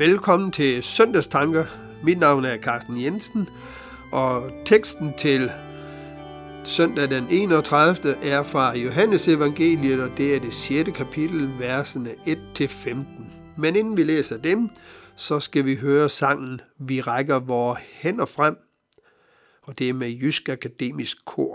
Velkommen til Søndagstanker. Mit navn er Carsten Jensen, og teksten til søndag den 31. er fra Johannes evangeliet, og det er det 6. kapitel, versene 1-15. Men inden vi læser dem, så skal vi høre sangen Vi rækker vore hænder frem, og det er med Jysk Akademisk Kor.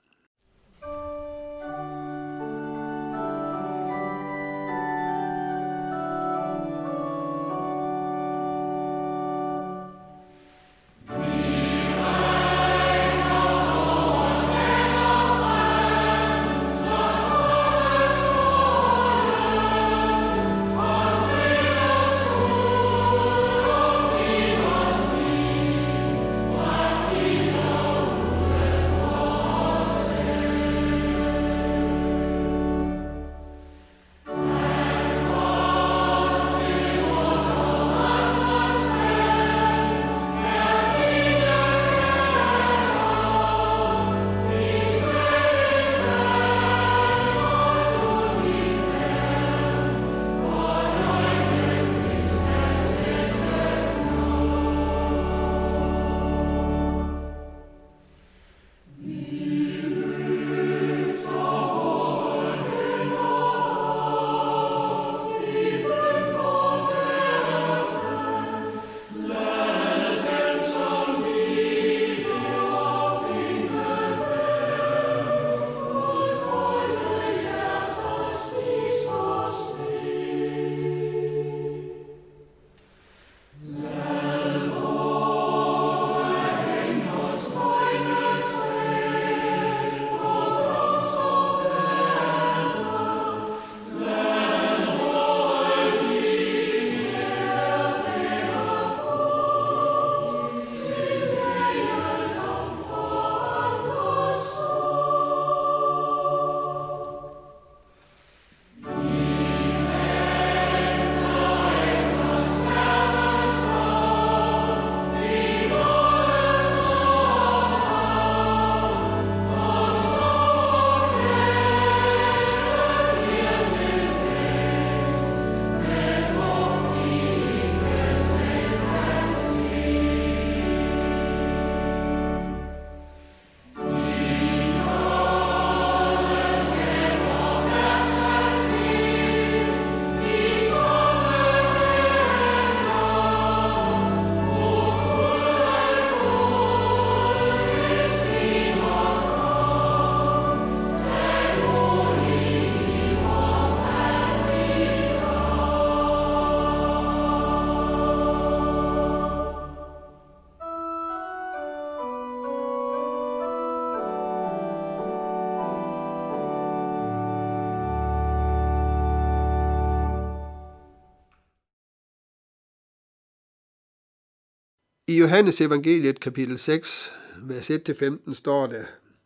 I Johannes evangeliet kapitel 6, vers 1-15 står der: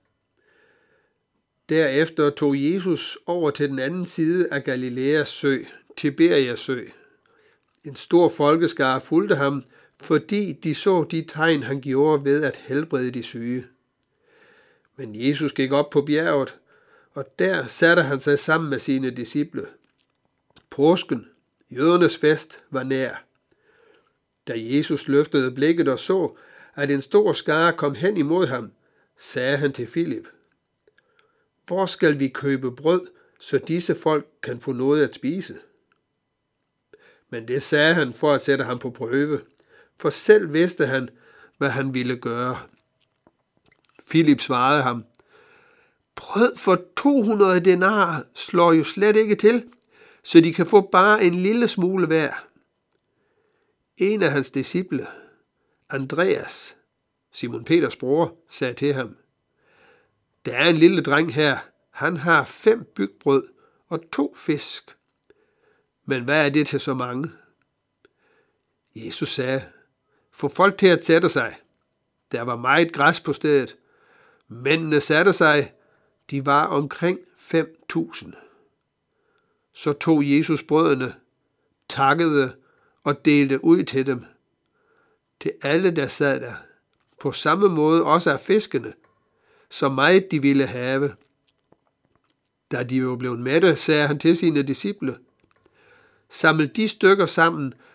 Derefter tog Jesus over til den anden side af Galilæas sø, Tiberias sø. En stor folkeskare fulgte ham, fordi de så de tegn, han gjorde ved at helbrede de syge. Men Jesus gik op på bjerget, og der satte han sig sammen med sine disciple. Påsken, jødernes fest, var nær. Da Jesus løftede blikket og så, at en stor skare kom hen imod ham, sagde han til Filip: Hvor skal vi købe brød, så disse folk kan få noget at spise? Men det sagde han for at sætte ham på prøve, for selv vidste han, hvad han ville gøre. Filip svarede ham: Brød for 200 denarer slår jo slet ikke til, så de kan få bare en lille smule hver. En af hans disciple, Andreas, Simon Peters bror, sagde til ham: Der er en lille dreng her, han har 5 bygbrød og 2 fisk. Men hvad er det til så mange? Jesus sagde: Få folk til at sætte sig. Der var meget græs på stedet. Mændene satte sig, de var omkring 5.000. Så tog Jesus brødene, takkede og delte ud til dem, til alle, der sad der. På samme måde også af fiskene, så meget de ville have. Da de var blevet mætte, sagde han til sine disciple: Samle de stykker sammen,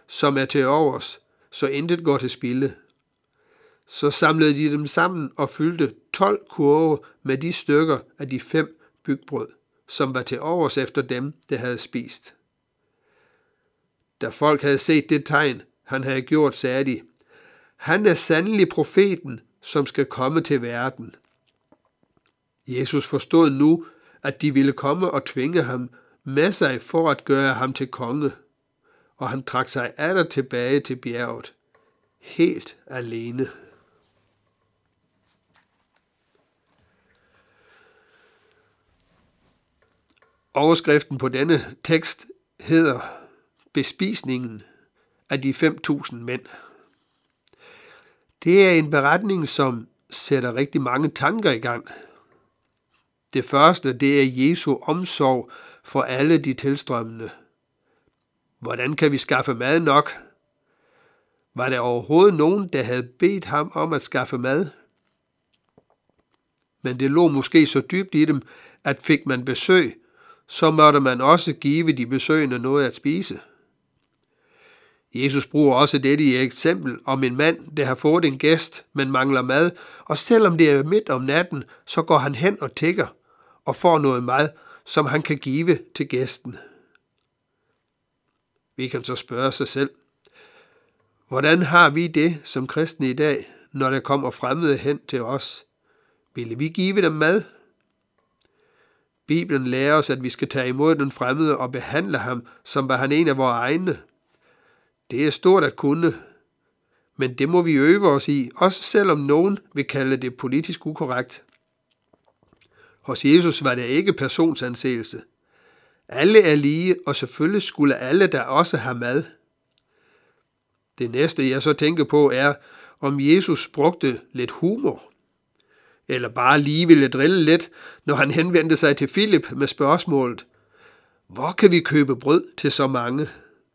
som er til overs, så intet går til spilde. Så samlede de dem sammen og fyldte 12 kurve med de stykker af de 5 bygbrød, som var til overs efter dem, der havde spist. Da folk havde set det tegn, han havde gjort, sagde de, han er sandelig profeten, som skal komme til verden. Jesus forstod nu, at de ville komme og tvinge ham med sig for at gøre ham til konge, og han trak sig atter tilbage til bjerget, helt alene. Overskriften på denne tekst hedder Bespisningen af de 5.000 mænd. Det er en beretning, som sætter rigtig mange tanker i gang. Det første, det er Jesu omsorg for alle de tilstrømmende. Hvordan kan vi skaffe mad nok? Var der overhovedet nogen, der havde bedt ham om at skaffe mad? Men det lå måske så dybt i dem, at fik man besøg, så måtte man også give de besøgende noget at spise. Jesus bruger også dette i et eksempel om en mand, der har fået en gæst, men mangler mad, og selvom det er midt om natten, så går han hen og tigger og får noget mad, som han kan give til gæsten. Vi kan så spørge sig selv, hvordan har vi det som kristne i dag, når der kommer fremmede hen til os? Ville vi give dem mad? Bibelen lærer os, at vi skal tage imod den fremmede og behandle ham, som var han en af vores egne. Det er stort at kunne, men det må vi øve os i, også selvom nogen vil kalde det politisk ukorrekt. Hos Jesus var det ikke personsanseelse. Alle er lige, og selvfølgelig skulle alle der også have mad. Det næste, jeg så tænker på, er, om Jesus brugte lidt humor, eller bare lige ville drille lidt, når han henvendte sig til Filip med spørgsmålet, hvor kan vi købe brød til så mange?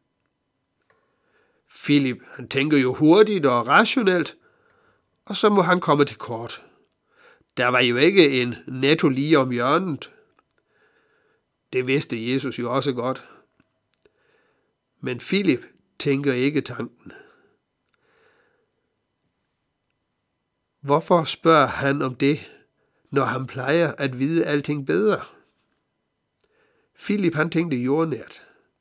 Filip, han tænker jo hurtigt og rationelt, og så må han komme til kort. Der var jo ikke en Netto lige om hjørnet. Det vidste Jesus jo også godt. Men Filip tænker ikke tanken. Hvorfor spørger han om det, når han plejer at vide alting bedre? Filip, han tænkte jordnært.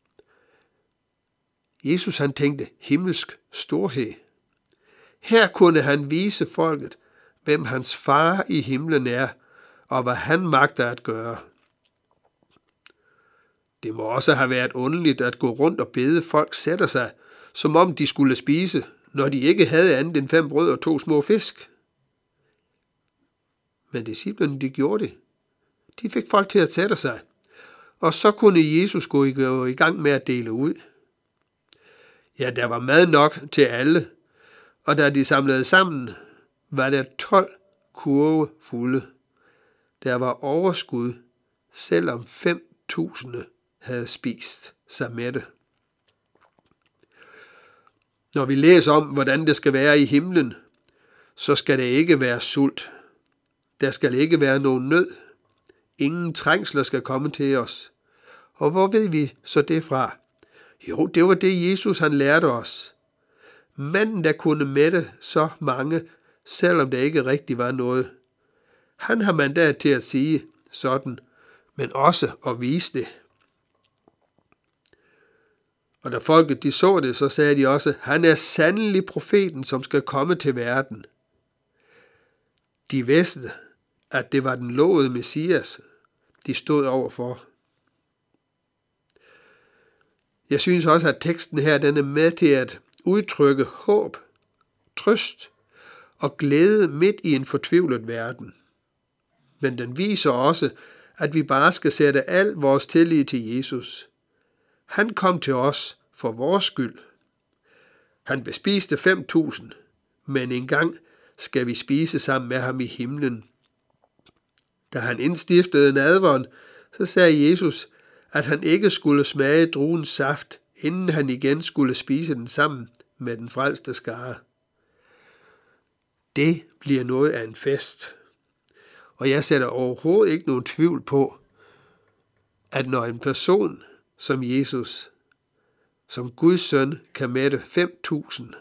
Jesus, han tænkte himmelsk storhed. Her kunne han vise folket, hvem hans far i himlen er, og hvad han magter at gøre. Det må også have været underligt at gå rundt og bede folk sætter sig, som om de skulle spise, når de ikke havde andet end 5 brød og 2 små fisk. Men disciplene, de gjorde det. De fik folk til at sætte sig, og så kunne Jesus gå i gang med at dele ud. Ja, der var mad nok til alle, og da de samlede sammen, var der 12 kurve fulde. Der var overskud, selvom 5.000 havde spist sig mætte. Når vi læser om, hvordan det skal være i himlen, så skal det ikke være sult. Der skal ikke være nogen nød. Ingen trængsler skal komme til os. Og hvor ved vi så det fra? Jo, det var det Jesus han lærte os. Manden, der kunne mætte så mange, selvom der ikke rigtig var noget. Han har mandat til at sige sådan, men også at vise det. Og da folket de så det, så sagde de også, han er sandelig profeten, som skal komme til verden. De vidste, at det var den lovede Messias, de stod overfor. Jeg synes også, at teksten her den er med til at udtrykke håb, trøst og glæde midt i en fortvivlet verden. Men den viser også, at vi bare skal sætte al vores tillid til Jesus. Han kom til os for vores skyld. Han bespiste 5.000, men engang skal vi spise sammen med ham i himlen. Da han indstiftede nadveren, så sagde Jesus, at han ikke skulle smage druens saft, inden han igen skulle spise den sammen med den frelste skare. Det bliver noget af en fest. Og jeg sætter overhovedet ikke nogen tvivl på, at når en person som Jesus, som Guds søn kan mætte 5.000,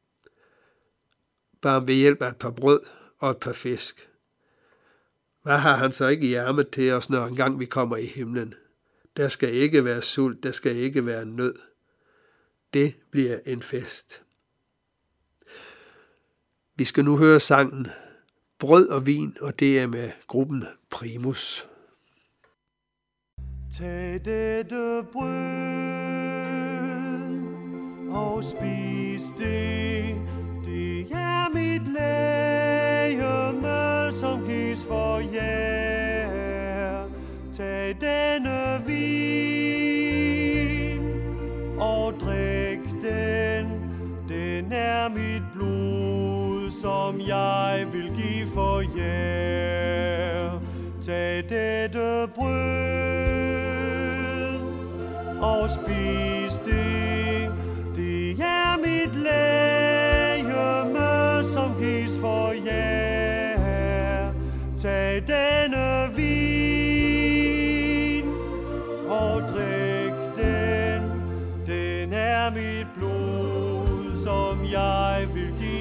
bare ved hjælp af et par brød og et par fisk. Hvad har han så ikke i ærmet til os, når engang vi kommer i himlen? Der skal ikke være sult, der skal ikke være nød. Det bliver en fest. Vi skal nu høre sangen Brød og vin, og det er med gruppen Primus. Tag dette brød og spis det. Det er mit legeme, som gives for jer. Tag denne vin og drik den. Den er mit blod, som jeg vil give for jer. Tag dette brød og spis det. Det er mit legeme, som gives for jer. Tag denne vin og drik den. Den er mit blod, som jeg vil give